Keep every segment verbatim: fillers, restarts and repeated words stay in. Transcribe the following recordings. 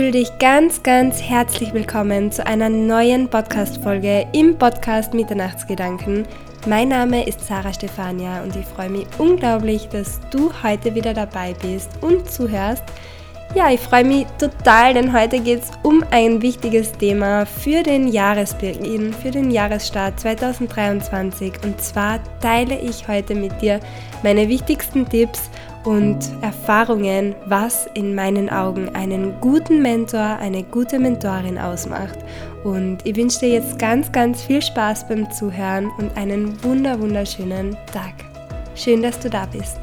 fühle dich ganz, ganz herzlich willkommen zu einer neuen Podcast-Folge im Podcast Mitternachtsgedanken. Mein Name ist Sarah Stefania und ich freue mich unglaublich, dass du heute wieder dabei bist und zuhörst. Ja, ich freue mich total, denn heute geht es um ein wichtiges Thema für den Jahresbeginn, für den Jahresstart zwanzig dreiundzwanzig. Und zwar teile ich heute mit dir meine wichtigsten Tipps und Erfahrungen, was in meinen Augen einen guten Mentor, eine gute Mentorin ausmacht. Und ich wünsche dir jetzt ganz, ganz viel Spaß beim Zuhören und einen wunder, wunderschönen Tag. Schön, dass du da bist.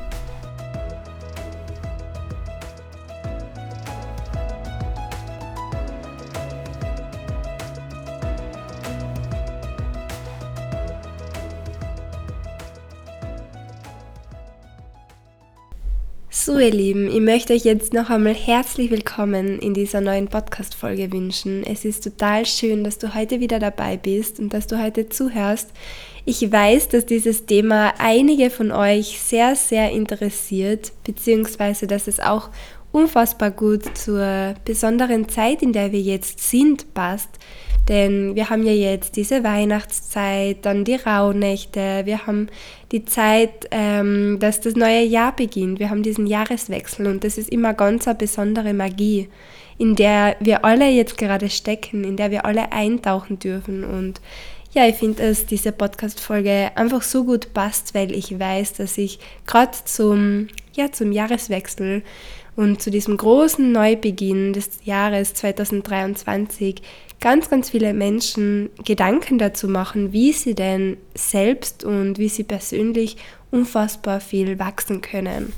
So ihr Lieben, ich möchte euch jetzt noch einmal herzlich willkommen in dieser neuen Podcast-Folge wünschen. Es ist total schön, dass du heute wieder dabei bist und dass du heute zuhörst. Ich weiß, dass dieses Thema einige von euch sehr, sehr interessiert, beziehungsweise dass es auch unfassbar gut zur besonderen Zeit, in der wir jetzt sind, passt. Denn wir haben ja jetzt diese Weihnachtszeit, dann die Rauhnächte, wir haben die Zeit, ähm, dass das neue Jahr beginnt, wir haben diesen Jahreswechsel und das ist immer ganz eine besondere Magie, in der wir alle jetzt gerade stecken, in der wir alle eintauchen dürfen. Und ja, ich finde, dass diese Podcast-Folge einfach so gut passt, weil ich weiß, dass ich gerade zum, ja, zum Jahreswechsel und zu diesem großen Neubeginn des Jahres zwanzig dreiundzwanzig ganz, ganz viele Menschen Gedanken dazu machen, wie sie denn selbst und wie sie persönlich unfassbar viel wachsen können.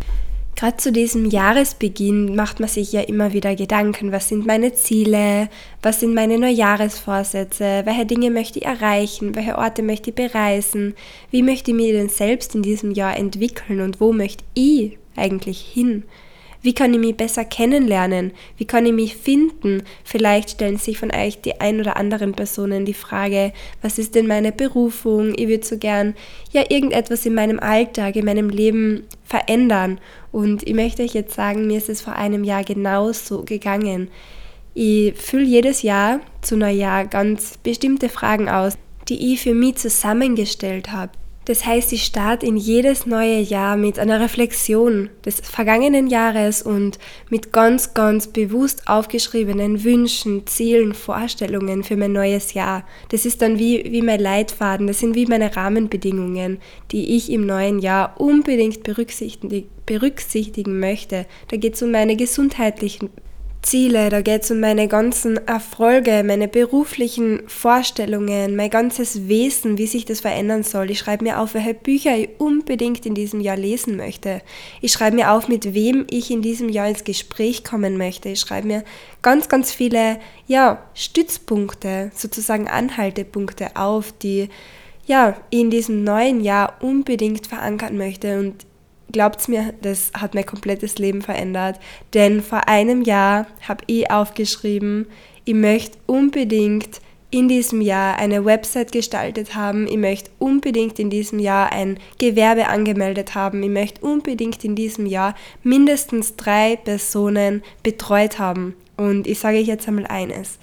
Gerade zu diesem Jahresbeginn macht man sich ja immer wieder Gedanken, was sind meine Ziele, was sind meine Neujahresvorsätze, welche Dinge möchte ich erreichen, welche Orte möchte ich bereisen, wie möchte ich mich denn selbst in diesem Jahr entwickeln und wo möchte ich eigentlich hin? Wie kann ich mich besser kennenlernen? Wie kann ich mich finden? Vielleicht stellen sich von euch die ein oder anderen Personen die Frage, was ist denn meine Berufung? Ich würde so gern ja irgendetwas in meinem Alltag, in meinem Leben verändern. Und ich möchte euch jetzt sagen, mir ist es vor einem Jahr genauso gegangen. Ich fülle jedes Jahr zu Neujahr ganz bestimmte Fragen aus, die ich für mich zusammengestellt habe. Das heißt, ich starte in jedes neue Jahr mit einer Reflexion des vergangenen Jahres und mit ganz, ganz bewusst aufgeschriebenen Wünschen, Zielen, Vorstellungen für mein neues Jahr. Das ist dann wie, wie mein Leitfaden, das sind wie meine Rahmenbedingungen, die ich im neuen Jahr unbedingt berücksichtigen, berücksichtigen möchte. Da geht es um meine gesundheitlichen Ziele, da geht es um meine ganzen Erfolge, meine beruflichen Vorstellungen, mein ganzes Wesen, wie sich das verändern soll. Ich schreibe mir auf, welche Bücher ich unbedingt in diesem Jahr lesen möchte. Ich schreibe mir auf, mit wem ich in diesem Jahr ins Gespräch kommen möchte. Ich schreibe mir ganz, ganz viele ja, Stützpunkte, sozusagen Anhaltepunkte auf, die ja, ich in diesem neuen Jahr unbedingt verankern möchte. Und glaubt's mir, das hat mein komplettes Leben verändert, denn vor einem Jahr habe ich aufgeschrieben, ich möchte unbedingt in diesem Jahr eine Website gestaltet haben, ich möchte unbedingt in diesem Jahr ein Gewerbe angemeldet haben, ich möchte unbedingt in diesem Jahr mindestens drei Personen betreut haben. Und ich sage euch jetzt einmal eines: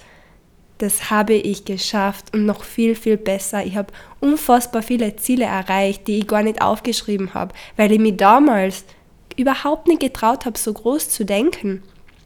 Das habe ich geschafft und noch viel, viel besser. Ich habe unfassbar viele Ziele erreicht, die ich gar nicht aufgeschrieben habe, weil ich mich damals überhaupt nicht getraut habe, so groß zu denken.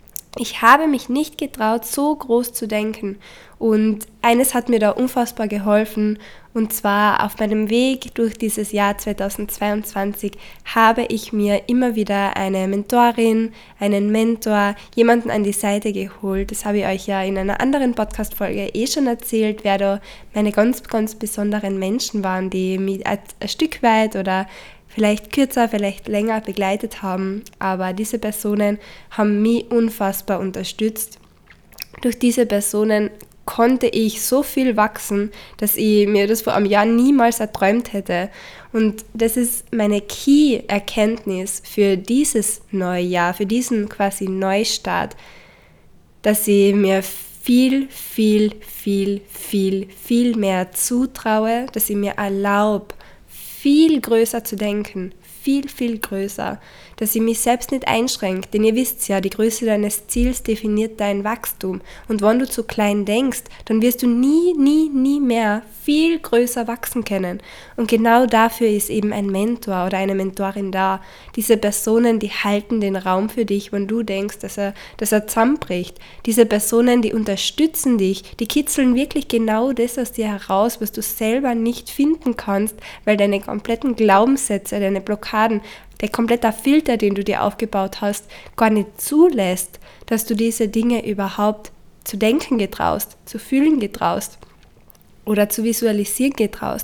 Ich habe mich nicht getraut, so groß zu denken. Und eines hat mir da unfassbar geholfen, und zwar auf meinem Weg durch dieses Jahr zwanzig zweiundzwanzig habe ich mir immer wieder eine Mentorin, einen Mentor, jemanden an die Seite geholt. Das habe ich euch ja in einer anderen Podcast-Folge eh schon erzählt, wer da meine ganz, ganz besonderen Menschen waren, die mich ein Stück weit oder vielleicht kürzer, vielleicht länger begleitet haben, aber diese Personen haben mich unfassbar unterstützt. Durch diese Personen konnte ich so viel wachsen, dass ich mir das vor einem Jahr niemals erträumt hätte. Und das ist meine Key-Erkenntnis für dieses neue Jahr, für diesen quasi Neustart, dass ich mir viel, viel, viel, viel, viel mehr zutraue, dass ich mir erlaube, viel größer zu denken, viel, viel größer, dass ich mich selbst nicht einschränke, denn ihr wisst ja, die Größe deines Ziels definiert dein Wachstum. Und wenn du zu klein denkst, dann wirst du nie, nie, nie mehr viel größer wachsen können. Und genau dafür ist eben ein Mentor oder eine Mentorin da. Diese Personen, die halten den Raum für dich, wenn du denkst, dass er, dass er zusammenbricht. Diese Personen, die unterstützen dich, die kitzeln wirklich genau das aus dir heraus, was du selber nicht finden kannst, weil deine kompletten Glaubenssätze, deine Blockaden, der komplette Filter, den du dir aufgebaut hast, gar nicht zulässt, dass du diese Dinge überhaupt zu denken getraust, zu fühlen getraust oder zu visualisieren getraust.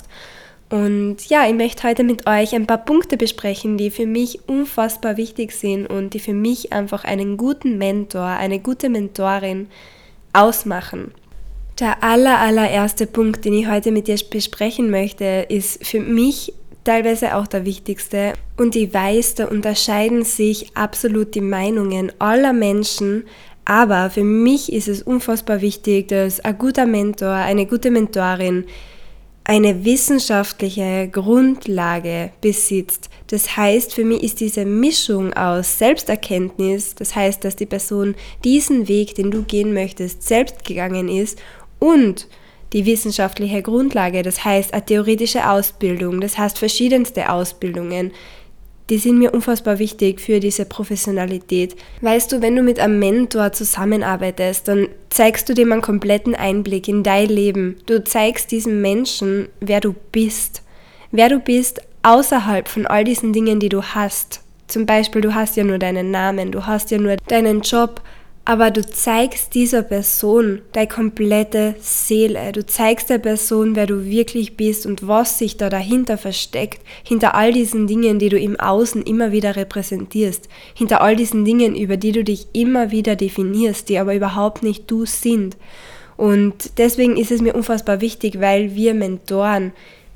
Und ja, ich möchte heute mit euch ein paar Punkte besprechen, die für mich unfassbar wichtig sind und die für mich einfach einen guten Mentor, eine gute Mentorin ausmachen. Der aller, allererste Punkt, den ich heute mit dir besprechen möchte, ist für mich teilweise auch der wichtigste. Und ich weiß, da unterscheiden sich absolut die Meinungen aller Menschen. Aber für mich ist es unfassbar wichtig, dass ein guter Mentor, eine gute Mentorin eine wissenschaftliche Grundlage besitzt. Das heißt, für mich ist diese Mischung aus Selbsterkenntnis, das heißt, dass die Person diesen Weg, den du gehen möchtest, selbst gegangen ist, und die wissenschaftliche Grundlage, das heißt eine theoretische Ausbildung, das heißt verschiedenste Ausbildungen, die sind mir unfassbar wichtig für diese Professionalität. Weißt du, wenn du mit einem Mentor zusammenarbeitest, dann zeigst du dem einen kompletten Einblick in dein Leben. Du zeigst diesem Menschen, wer du bist. Wer du bist außerhalb von all diesen Dingen, die du hast. Zum Beispiel, du hast ja nur deinen Namen, du hast ja nur deinen Job, aber du zeigst dieser Person deine komplette Seele. Du zeigst der Person, wer du wirklich bist und was sich da dahinter versteckt. Hinter all diesen Dingen, die du im Außen immer wieder repräsentierst. Hinter all diesen Dingen, über die du dich immer wieder definierst, die aber überhaupt nicht du sind. Und deswegen ist es mir unfassbar wichtig, weil wir Mentoren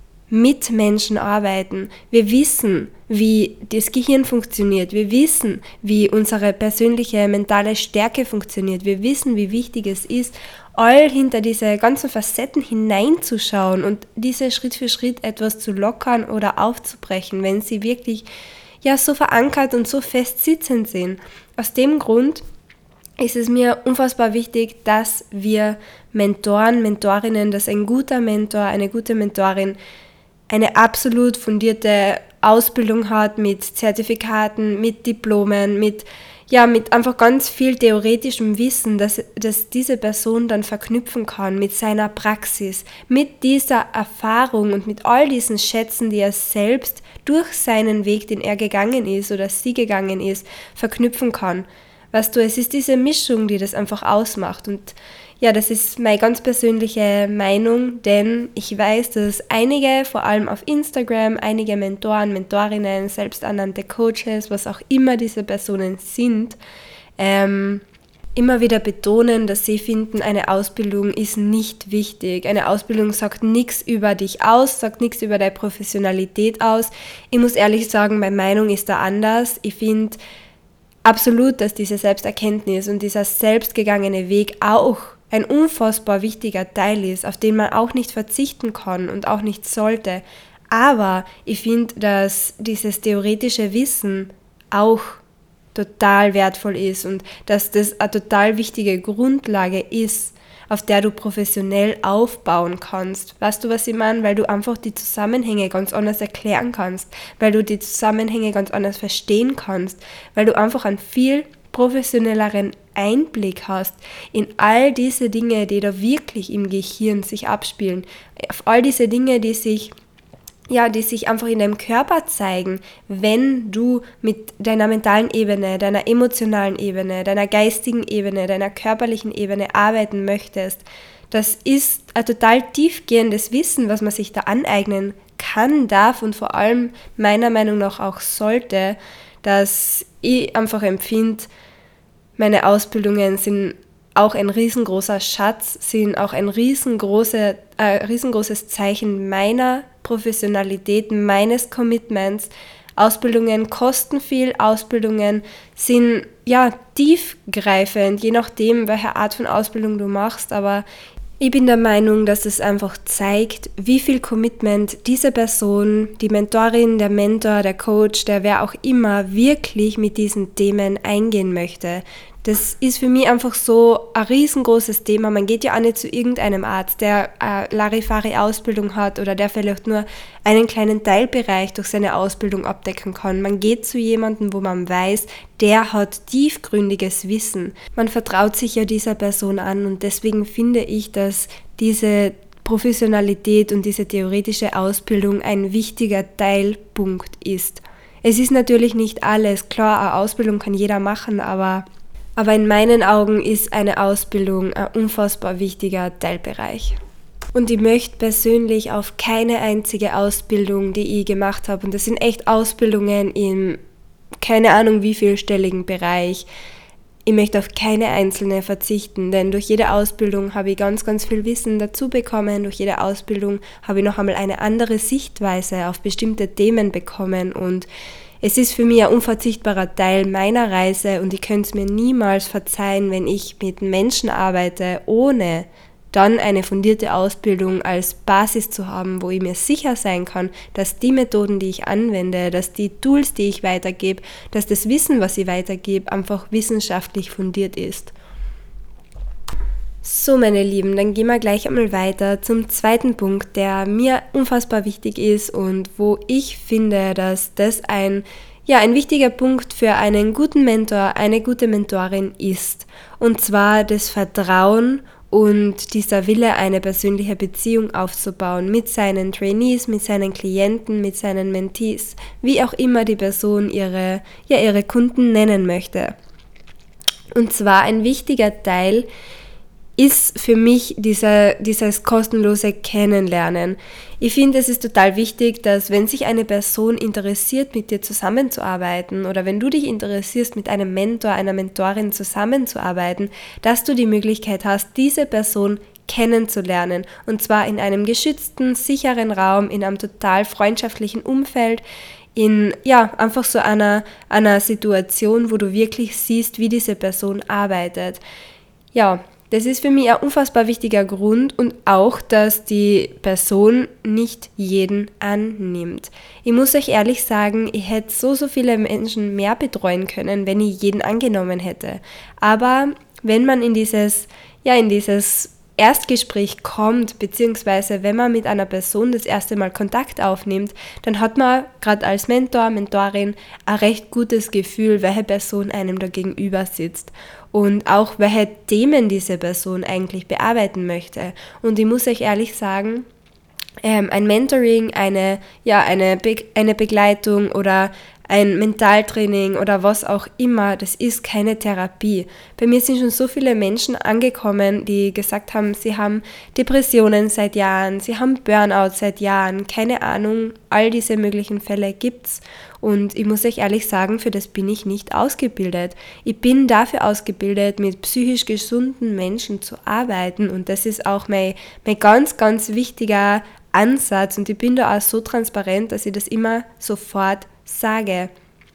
mit Menschen arbeiten. Wir wissen, wie das Gehirn funktioniert. Wir wissen, wie unsere persönliche mentale Stärke funktioniert. Wir wissen, wie wichtig es ist, all hinter diese ganzen Facetten hineinzuschauen und diese Schritt für Schritt etwas zu lockern oder aufzubrechen, wenn sie wirklich ja so verankert und so fest sitzend sind. Aus dem Grund ist es mir unfassbar wichtig, dass wir Mentoren, Mentorinnen, dass ein guter Mentor, eine gute Mentorin eine absolut fundierte Ausbildung hat mit Zertifikaten, mit Diplomen, mit, ja, mit einfach ganz viel theoretischem Wissen, dass, dass diese Person dann verknüpfen kann mit seiner Praxis, mit dieser Erfahrung und mit all diesen Schätzen, die er selbst durch seinen Weg, den er gegangen ist oder sie gegangen ist, verknüpfen kann. Weißt du, es ist diese Mischung, die das einfach ausmacht. Und ja, das ist meine ganz persönliche Meinung, denn ich weiß, dass einige, vor allem auf Instagram, einige Mentoren, Mentorinnen, selbsternannte Coaches, was auch immer diese Personen sind, ähm, immer wieder betonen, dass sie finden, eine Ausbildung ist nicht wichtig. Eine Ausbildung sagt nichts über dich aus, sagt nichts über deine Professionalität aus. Ich muss ehrlich sagen, meine Meinung ist da anders. Ich finde absolut, dass diese Selbsterkenntnis und dieser selbstgegangene Weg auch ein unfassbar wichtiger Teil ist, auf den man auch nicht verzichten kann und auch nicht sollte. Aber ich finde, dass dieses theoretische Wissen auch total wertvoll ist und dass das eine total wichtige Grundlage ist, auf der du professionell aufbauen kannst. Weißt du, was ich meine? Weil du einfach die Zusammenhänge ganz anders erklären kannst, weil du die Zusammenhänge ganz anders verstehen kannst, weil du einfach einen viel professionelleren Einblick hast in all diese Dinge, die da wirklich im Gehirn sich abspielen, auf all diese Dinge, die sich ja, die sich einfach in deinem Körper zeigen, wenn du mit deiner mentalen Ebene, deiner emotionalen Ebene, deiner geistigen Ebene, deiner körperlichen Ebene arbeiten möchtest. Das ist ein total tiefgehendes Wissen, was man sich da aneignen kann, darf und vor allem meiner Meinung nach auch sollte, dass ich einfach empfinde, meine Ausbildungen sind auch ein riesengroßer Schatz, sind auch ein riesengroße, äh, riesengroßes Zeichen meiner Professionalität, meines Commitments. Ausbildungen kosten viel, Ausbildungen sind ja tiefgreifend, je nachdem, welche Art von Ausbildung du machst, aber Ich bin der Meinung, dass es einfach zeigt, wie viel Commitment diese Person, die Mentorin, der Mentor, der Coach, der wer auch immer wirklich mit diesen Themen eingehen möchte. Das ist für mich einfach so ein riesengroßes Thema. Man geht ja auch nicht zu irgendeinem Arzt, der eine Larifari-Ausbildung hat oder der vielleicht nur einen kleinen Teilbereich durch seine Ausbildung abdecken kann. Man geht zu jemandem, wo man weiß, der hat tiefgründiges Wissen. Man vertraut sich ja dieser Person an und deswegen finde ich, dass diese Professionalität und diese theoretische Ausbildung ein wichtiger Teilpunkt ist. Es ist natürlich nicht alles. Klar, eine Ausbildung kann jeder machen, aber Aber in meinen Augen ist eine Ausbildung ein unfassbar wichtiger Teilbereich. Und ich möchte persönlich auf keine einzige Ausbildung, die ich gemacht habe, und das sind echt Ausbildungen in keine Ahnung wie vielstelligen Bereich, ich möchte auf keine einzelne verzichten, denn durch jede Ausbildung habe ich ganz, ganz viel Wissen dazu bekommen. Durch jede Ausbildung habe ich noch einmal eine andere Sichtweise auf bestimmte Themen bekommen und es ist für mich ein unverzichtbarer Teil meiner Reise und ich könnte es mir niemals verzeihen, wenn ich mit Menschen arbeite, ohne dann eine fundierte Ausbildung als Basis zu haben, wo ich mir sicher sein kann, dass die Methoden, die ich anwende, dass die Tools, die ich weitergebe, dass das Wissen, was ich weitergebe, einfach wissenschaftlich fundiert ist. So, meine Lieben, dann gehen wir gleich einmal weiter zum zweiten Punkt, der mir unfassbar wichtig ist und wo ich finde, dass das ein, ja, ein wichtiger Punkt für einen guten Mentor, eine gute Mentorin ist. Und zwar das Vertrauen und dieser Wille, eine persönliche Beziehung aufzubauen mit seinen Trainees, mit seinen Klienten, mit seinen Mentees, wie auch immer die Person ihre, ja, ihre Kunden nennen möchte. Und zwar ein wichtiger Teil ist für mich dieser, dieses kostenlose Kennenlernen. Ich finde, es ist total wichtig, dass wenn sich eine Person interessiert, mit dir zusammenzuarbeiten oder wenn du dich interessierst, mit einem Mentor, einer Mentorin zusammenzuarbeiten, dass du die Möglichkeit hast, diese Person kennenzulernen und zwar in einem geschützten, sicheren Raum, in einem total freundschaftlichen Umfeld, in ja, einfach so einer, einer Situation, wo du wirklich siehst, wie diese Person arbeitet. Ja, das ist für mich ein unfassbar wichtiger Grund und auch, dass die Person nicht jeden annimmt. Ich muss euch ehrlich sagen, ich hätte so, so viele Menschen mehr betreuen können, wenn ich jeden angenommen hätte. Aber wenn man in dieses, ja, in dieses Erstgespräch kommt, beziehungsweise wenn man mit einer Person das erste Mal Kontakt aufnimmt, dann hat man gerade als Mentor, Mentorin ein recht gutes Gefühl, welche Person einem da gegenüber sitzt und auch welche Themen diese Person eigentlich bearbeiten möchte. Und ich muss euch ehrlich sagen, ähm, ein Mentoring, eine, ja, eine, Be- eine Begleitung oder ein Mentaltraining oder was auch immer, das ist keine Therapie. Bei mir sind schon so viele Menschen angekommen, die gesagt haben, sie haben Depressionen seit Jahren, sie haben Burnout seit Jahren, keine Ahnung, all diese möglichen Fälle gibt's. Und ich muss euch ehrlich sagen, für das bin ich nicht ausgebildet. Ich bin dafür ausgebildet, mit psychisch gesunden Menschen zu arbeiten und das ist auch mein, mein ganz, ganz wichtiger Ansatz und ich bin da auch so transparent, dass ich das immer sofort sage.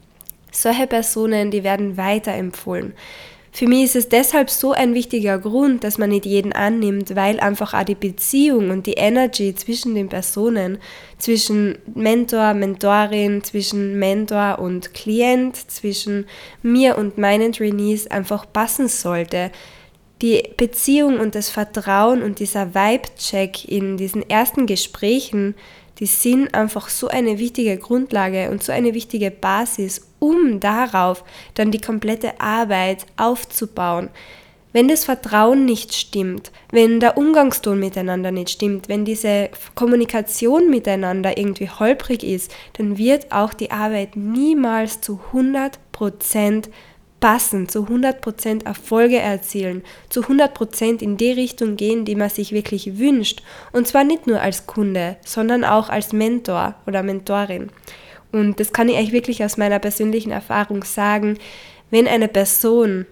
Solche Personen, die werden weiterempfohlen. Für mich ist es deshalb so ein wichtiger Grund, dass man nicht jeden annimmt, weil einfach auch die Beziehung und die Energy zwischen den Personen, zwischen Mentor, Mentorin, zwischen Mentor und Klient, zwischen mir und meinen Trainees einfach passen sollte. Die Beziehung und das Vertrauen und dieser Vibe-Check in diesen ersten Gesprächen, die sind einfach so eine wichtige Grundlage und so eine wichtige Basis, um darauf dann die komplette Arbeit aufzubauen. Wenn das Vertrauen nicht stimmt, wenn der Umgangston miteinander nicht stimmt, wenn diese Kommunikation miteinander irgendwie holprig ist, dann wird auch die Arbeit niemals zu hundert Prozent passen, zu hundert Prozent Erfolge erzielen, zu hundert Prozent in die Richtung gehen, die man sich wirklich wünscht. Und zwar nicht nur als Kunde, sondern auch als Mentor oder Mentorin. Und das kann ich euch wirklich aus meiner persönlichen Erfahrung sagen, wenn eine Person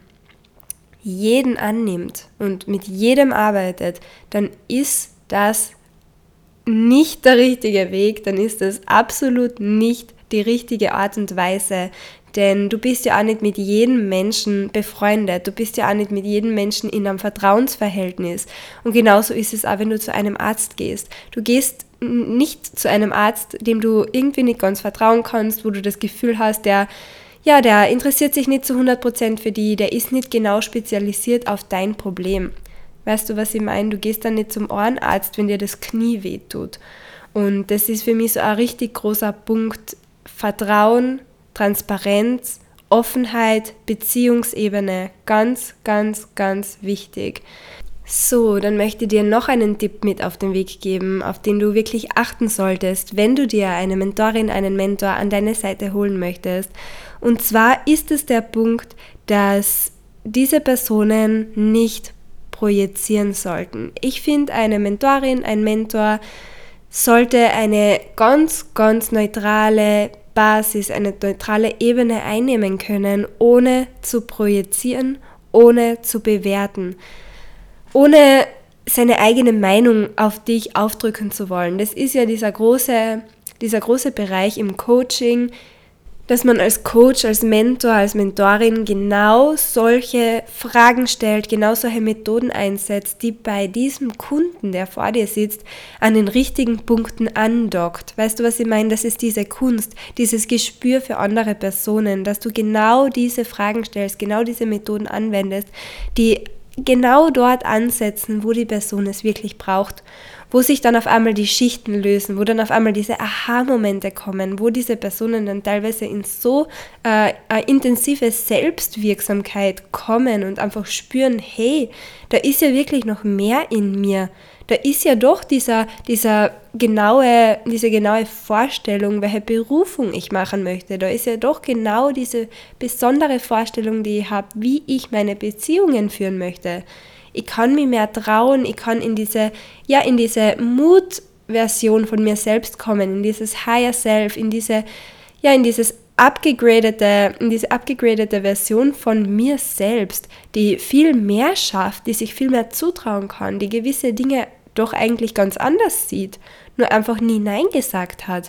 jeden annimmt und mit jedem arbeitet, dann ist das nicht der richtige Weg, dann ist das absolut nicht die richtige Art und Weise, Denn du bist ja auch nicht mit jedem Menschen befreundet, du bist ja auch nicht mit jedem Menschen in einem Vertrauensverhältnis. Und genauso ist es auch, wenn du zu einem Arzt gehst. Du gehst nicht zu einem Arzt, dem du irgendwie nicht ganz vertrauen kannst, wo du das Gefühl hast, der, ja, der interessiert sich nicht zu hundert Prozent für dich, der ist nicht genau spezialisiert auf dein Problem. Weißt du, was ich meine? Du gehst dann nicht zum Ohrenarzt, wenn dir das Knie wehtut. Und das ist für mich so ein richtig großer Punkt. Vertrauen, Transparenz, Offenheit, Beziehungsebene. Ganz, ganz, ganz wichtig. So, dann möchte ich dir noch einen Tipp mit auf den Weg geben, auf den du wirklich achten solltest, wenn du dir eine Mentorin, einen Mentor an deine Seite holen möchtest. Und zwar ist es der Punkt, dass diese Personen nicht projizieren sollten. Ich finde, eine Mentorin, ein Mentor sollte eine ganz, ganz neutrale Basis, eine neutrale Ebene einnehmen können, ohne zu projizieren, ohne zu bewerten, ohne seine eigene Meinung auf dich aufdrücken zu wollen. Das ist ja dieser große, dieser große Bereich im Coaching, dass man als Coach, als Mentor, als Mentorin genau solche Fragen stellt, genau solche Methoden einsetzt, die bei diesem Kunden, der vor dir sitzt, an den richtigen Punkten andockt. Weißt du, was ich meine? Das ist diese Kunst, dieses Gespür für andere Personen, dass du genau diese Fragen stellst, genau diese Methoden anwendest, die genau dort ansetzen, wo die Person es wirklich braucht, wo sich dann auf einmal die Schichten lösen, wo dann auf einmal diese Aha-Momente kommen, wo diese Personen dann teilweise in so äh, eine intensive Selbstwirksamkeit kommen und einfach spüren, hey, da ist ja wirklich noch mehr in mir. Da ist ja doch dieser, dieser genaue, diese genaue Vorstellung, welche Berufung ich machen möchte. Da ist ja doch genau diese besondere Vorstellung, die ich habe, wie ich meine Beziehungen führen möchte. Ich kann mir mehr trauen, ich kann in diese, ja, in diese Mut-Version von mir selbst kommen, in dieses Higher Self, in diese, ja, in dieses abgegradete, in diese abgegradete Version von mir selbst, die viel mehr schafft, die sich viel mehr zutrauen kann, die gewisse Dinge doch eigentlich ganz anders sieht, nur einfach nie Nein gesagt hat.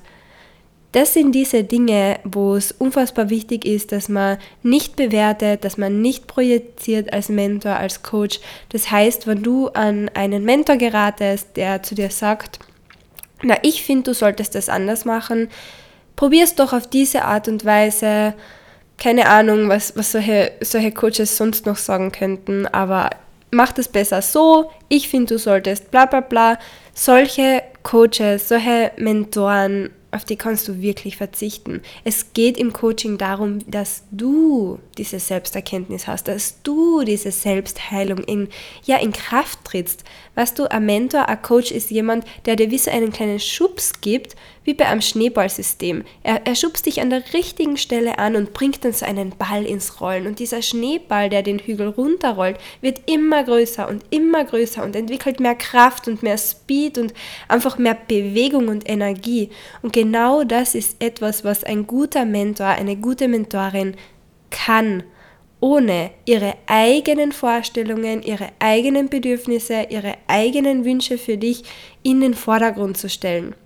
Das sind diese Dinge, wo es unfassbar wichtig ist, dass man nicht bewertet, dass man nicht projiziert als Mentor, als Coach. Das heißt, wenn du an einen Mentor geratest, der zu dir sagt, na, ich finde, du solltest das anders machen, probier es doch auf diese Art und Weise. Keine Ahnung, was, was solche, solche Coaches sonst noch sagen könnten, aber mach das besser so, ich finde, du solltest bla bla bla. Solche Coaches, solche Mentoren, auf die kannst du wirklich verzichten. Es geht im Coaching darum, dass du diese Selbsterkenntnis hast, dass du diese Selbstheilung in, ja, in Kraft trittst. Weißt du, ein Mentor, ein Coach ist jemand, der dir wie so einen kleinen Schubs gibt, wie bei einem Schneeballsystem. Er, er schubst dich an der richtigen Stelle an und bringt dann so einen Ball ins Rollen. Und dieser Schneeball, der den Hügel runterrollt, wird immer größer und immer größer und entwickelt mehr Kraft und mehr Speed und einfach mehr Bewegung und Energie. Und genau das ist etwas, was ein guter Mentor, eine gute Mentorin kann, ohne ihre eigenen Vorstellungen, ihre eigenen Bedürfnisse, ihre eigenen Wünsche für dich in den Vordergrund zu stellen.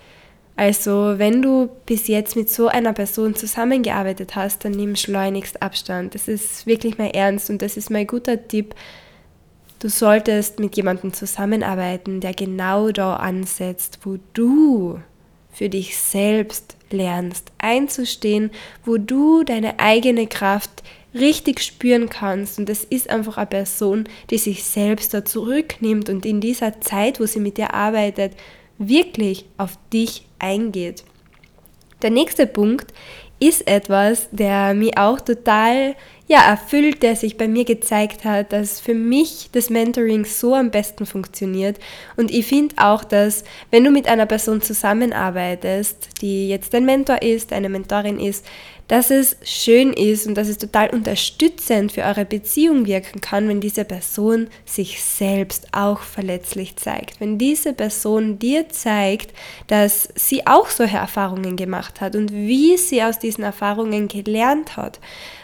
Also, wenn du bis jetzt mit so einer Person zusammengearbeitet hast, dann nimm schleunigst Abstand. Das ist wirklich mein Ernst und das ist mein guter Tipp. Du solltest mit jemandem zusammenarbeiten, der genau da ansetzt, wo du für dich selbst lernst, einzustehen, wo du deine eigene Kraft richtig spüren kannst. Und das ist einfach eine Person, die sich selbst da zurücknimmt und in dieser Zeit, wo sie mit dir arbeitet, wirklich auf dich eingeht. Der nächste Punkt ist etwas, der mich auch total ja, erfüllt, der sich bei mir gezeigt hat, dass für mich das Mentoring so am besten funktioniert. Und ich finde auch, dass wenn du mit einer Person zusammenarbeitest, die jetzt dein Mentor ist, eine Mentorin ist, dass es schön ist und dass es total unterstützend für eure Beziehung wirken kann, wenn diese Person sich selbst auch verletzlich zeigt. Wenn diese Person dir zeigt, dass sie auch solche Erfahrungen gemacht hat und wie sie aus diesen Erfahrungen gelernt hat.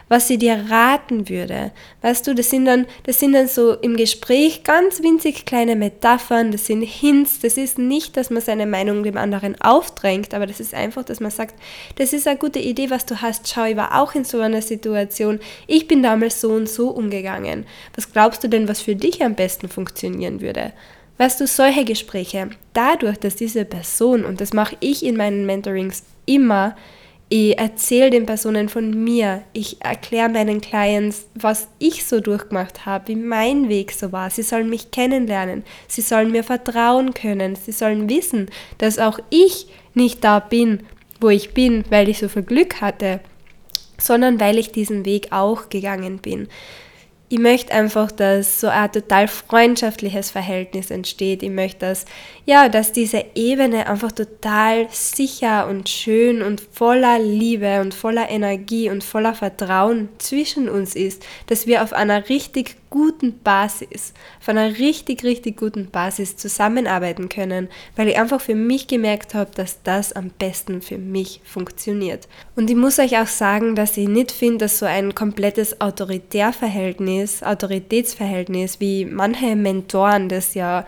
was sie dir raten würde. Weißt du, das sind dann, das sind dann so im Gespräch ganz winzig kleine Metaphern, das sind Hints, das ist nicht, dass man seine Meinung dem anderen aufdrängt, aber das ist einfach, dass man sagt, das ist eine gute Idee, was du hast, schau, ich war auch in so einer Situation, ich bin damals so und so umgegangen. Was glaubst du denn, was für dich am besten funktionieren würde? Weißt du, solche Gespräche, dadurch, dass diese Person, und das mache ich in meinen Mentorings immer, ich erzähle den Personen von mir, ich erkläre meinen Clients, was ich so durchgemacht habe, wie mein Weg so war. Sie sollen mich kennenlernen, sie sollen mir vertrauen können, sie sollen wissen, dass auch ich nicht da bin, wo ich bin, weil ich so viel Glück hatte, sondern weil ich diesen Weg auch gegangen bin. Ich möchte einfach, dass so ein total freundschaftliches Verhältnis entsteht. Ich möchte, dass, ja, dass diese Ebene einfach total sicher und schön und voller Liebe und voller Energie und voller Vertrauen zwischen uns ist, dass wir auf einer richtig guten Basis, auf einer richtig, richtig guten Basis zusammenarbeiten können, weil ich einfach für mich gemerkt habe, dass das am besten für mich funktioniert. Und ich muss euch auch sagen, dass ich nicht finde, dass so ein komplettes Autoritärverhältnis, Autoritätsverhältnis, wie manche Mentoren das ja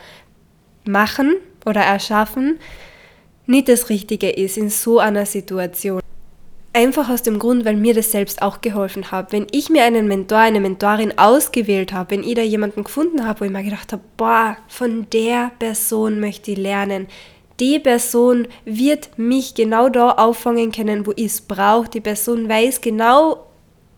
machen oder erschaffen, nicht das Richtige ist in so einer Situation. Einfach aus dem Grund, weil mir das selbst auch geholfen hat. Wenn ich mir einen Mentor, eine Mentorin ausgewählt habe, wenn ich da jemanden gefunden habe, wo ich mir gedacht habe, boah, von der Person möchte ich lernen. Die Person wird mich genau da auffangen können, wo ich es brauche. Die Person weiß genau,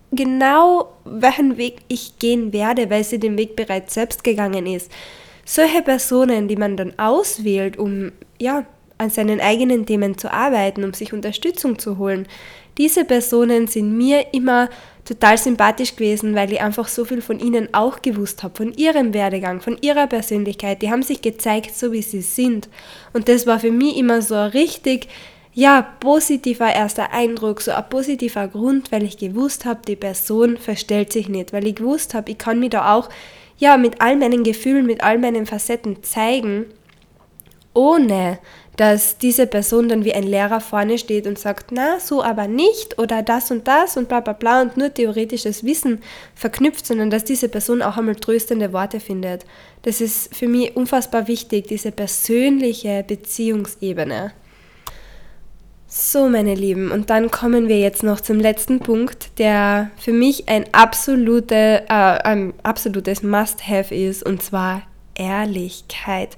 genau, welchen Weg ich gehen werde, weil sie den Weg bereits selbst gegangen ist. Solche Personen, die man dann auswählt, um ja, an seinen eigenen Themen zu arbeiten, um sich Unterstützung zu holen, diese Personen sind mir immer total sympathisch gewesen, weil ich einfach so viel von ihnen auch gewusst habe, von ihrem Werdegang, von ihrer Persönlichkeit. Die haben sich gezeigt, so wie sie sind. Und das war für mich immer so ein richtig, ja, positiver erster Eindruck, so ein positiver Grund, weil ich gewusst habe, die Person verstellt sich nicht, weil ich gewusst habe, ich kann mich da auch, ja, mit all meinen Gefühlen, mit all meinen Facetten zeigen, ohne dass diese Person dann wie ein Lehrer vorne steht und sagt, na, so aber nicht oder das und das und bla bla bla und nur theoretisches Wissen verknüpft, sondern dass diese Person auch einmal tröstende Worte findet. Das ist für mich unfassbar wichtig, diese persönliche Beziehungsebene. So, meine Lieben, und dann kommen wir jetzt noch zum letzten Punkt, der für mich ein, absolute, äh, ein absolutes Must-Have ist, und zwar Ehrlichkeit.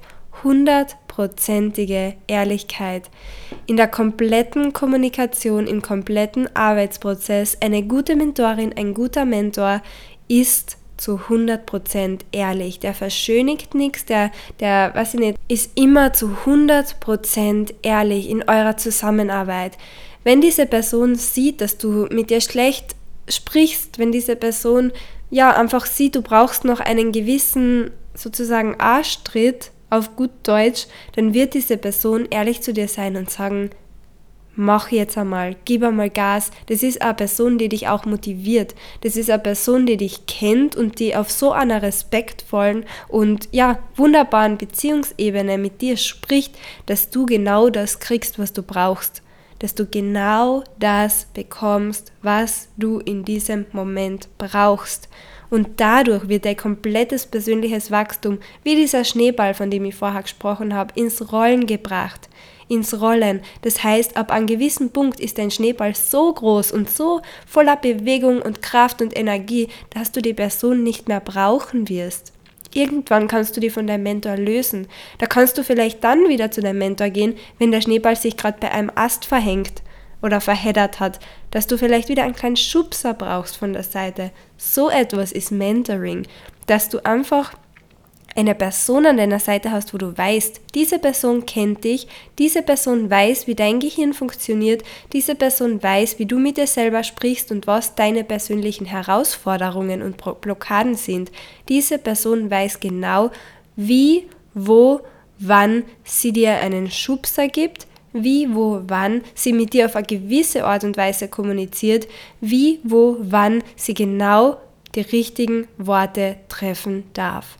hundertprozentige Ehrlichkeit. In der kompletten Kommunikation, im kompletten Arbeitsprozess, eine gute Mentorin, ein guter Mentor ist zu hundert Prozent ehrlich. Der verschönigt nichts, der, der, weiß ich nicht, ist immer zu hundert Prozent ehrlich in eurer Zusammenarbeit. Wenn diese Person sieht, dass du mit ihr schlecht sprichst, wenn diese Person ja einfach sieht, du brauchst noch einen gewissen sozusagen Arschtritt, auf gut Deutsch, dann wird diese Person ehrlich zu dir sein und sagen, mach jetzt einmal, gib einmal Gas. Das ist eine Person, die dich auch motiviert. Das ist eine Person, die dich kennt und die auf so einer respektvollen und ja, wunderbaren Beziehungsebene mit dir spricht, dass du genau das kriegst, was du brauchst. Dass du genau das bekommst, was du in diesem Moment brauchst. Und dadurch wird dein komplettes persönliches Wachstum, wie dieser Schneeball, von dem ich vorher gesprochen habe, ins Rollen gebracht. Ins Rollen. Das heißt, ab einem gewissen Punkt ist dein Schneeball so groß und so voller Bewegung und Kraft und Energie, dass du die Person nicht mehr brauchen wirst. Irgendwann kannst du dich von deinem Mentor lösen. Da kannst du vielleicht dann wieder zu deinem Mentor gehen, wenn der Schneeball sich gerade bei einem Ast verhängt oder verheddert hat, dass du vielleicht wieder einen kleinen Schubser brauchst von der Seite. So etwas ist Mentoring, dass du einfach eine Person an deiner Seite hast, wo du weißt, diese Person kennt dich, diese Person weiß, wie dein Gehirn funktioniert, diese Person weiß, wie du mit dir selber sprichst und was deine persönlichen Herausforderungen und Blockaden sind. Diese Person weiß genau, wie, wo, wann sie dir einen Schubser gibt, wie, wo, wann sie mit dir auf eine gewisse Art und Weise kommuniziert, wie, wo, wann sie genau die richtigen Worte treffen darf.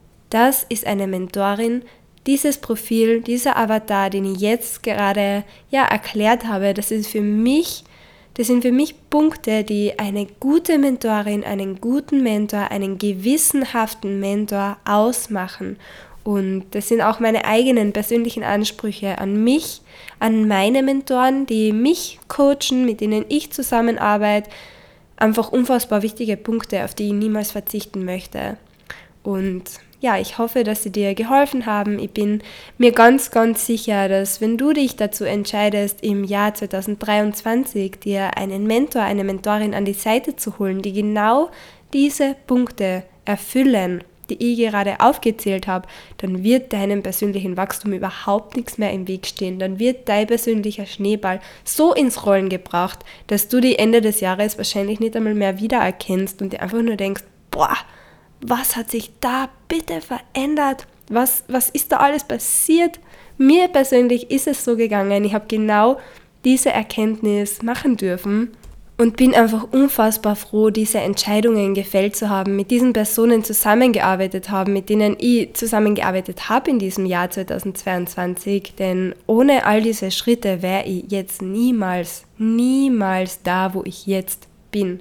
Das ist eine Mentorin. Dieses Profil, dieser Avatar, den ich jetzt gerade ja, erklärt habe, das ist für mich Das sind für mich Punkte, die eine gute Mentorin, einen guten Mentor, einen gewissenhaften Mentor ausmachen. Und das sind auch meine eigenen persönlichen Ansprüche an mich, an meine Mentoren, die mich coachen, mit denen ich zusammenarbeite. Einfach unfassbar wichtige Punkte, auf die ich niemals verzichten möchte. Und ja, ich hoffe, dass sie dir geholfen haben. Ich bin mir ganz, ganz sicher, dass wenn du dich dazu entscheidest, im Jahr zwanzig dreiundzwanzig dir einen Mentor, eine Mentorin an die Seite zu holen, die genau diese Punkte erfüllen, die ich gerade aufgezählt habe, dann wird deinem persönlichen Wachstum überhaupt nichts mehr im Weg stehen. Dann wird dein persönlicher Schneeball so ins Rollen gebracht, dass du die Ende des Jahres wahrscheinlich nicht einmal mehr wiedererkennst und dir einfach nur denkst, boah, was hat sich da bitte verändert? Was, was ist da alles passiert? Mir persönlich ist es so gegangen. Ich habe genau diese Erkenntnis machen dürfen und bin einfach unfassbar froh, diese Entscheidungen gefällt zu haben, mit diesen Personen zusammengearbeitet haben, mit denen ich zusammengearbeitet habe in diesem Jahr zwanzig zweiundzwanzig. Denn ohne all diese Schritte wäre ich jetzt niemals, niemals da, wo ich jetzt bin.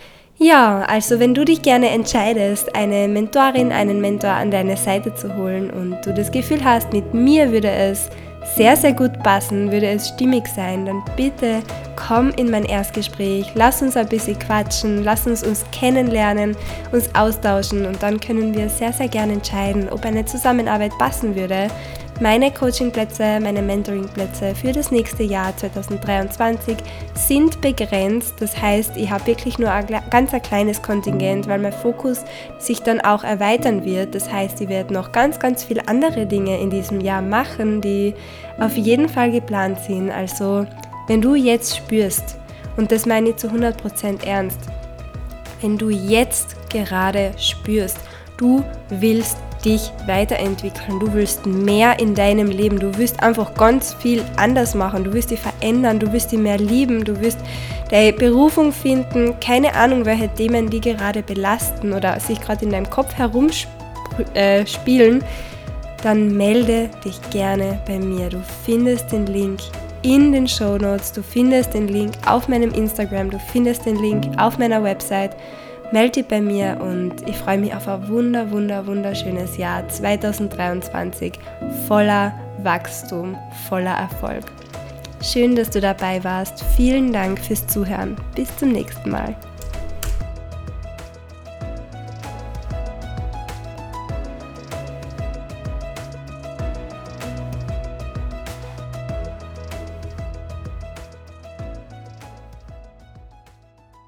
Ja, also wenn du dich gerne entscheidest, eine Mentorin, einen Mentor an deine Seite zu holen und du das Gefühl hast, mit mir würde es sehr, sehr gut passen, würde es stimmig sein, dann bitte komm in mein Erstgespräch, lass uns ein bisschen quatschen, lass uns uns kennenlernen, uns austauschen und dann können wir sehr, sehr gerne entscheiden, ob eine Zusammenarbeit passen würde. Meine Coachingplätze, meine Mentoringplätze für das nächste Jahr zwanzig dreiundzwanzig sind begrenzt. Das heißt, ich habe wirklich nur ein ganz ein kleines Kontingent, weil mein Fokus sich dann auch erweitern wird. Das heißt, ich werde noch ganz, ganz viele andere Dinge in diesem Jahr machen, die auf jeden Fall geplant sind. Also, wenn du jetzt spürst, und das meine ich zu hundert Prozent ernst, wenn du jetzt gerade spürst, du willst dich weiterentwickeln, du willst mehr in deinem Leben, du willst einfach ganz viel anders machen, du willst dich verändern, du willst dich mehr lieben, du willst deine Berufung finden, keine Ahnung, welche Themen die gerade belasten oder sich gerade in deinem Kopf herumspielen, dann melde dich gerne bei mir. Du findest den Link in den Shownotes, du findest den Link auf meinem Instagram, du findest den Link auf meiner Website. Melde dich bei mir und ich freue mich auf ein wunder, wunder, wunderschönes Jahr zwanzig dreiundzwanzig voller Wachstum, voller Erfolg. Schön, dass du dabei warst. Vielen Dank fürs Zuhören. Bis zum nächsten Mal.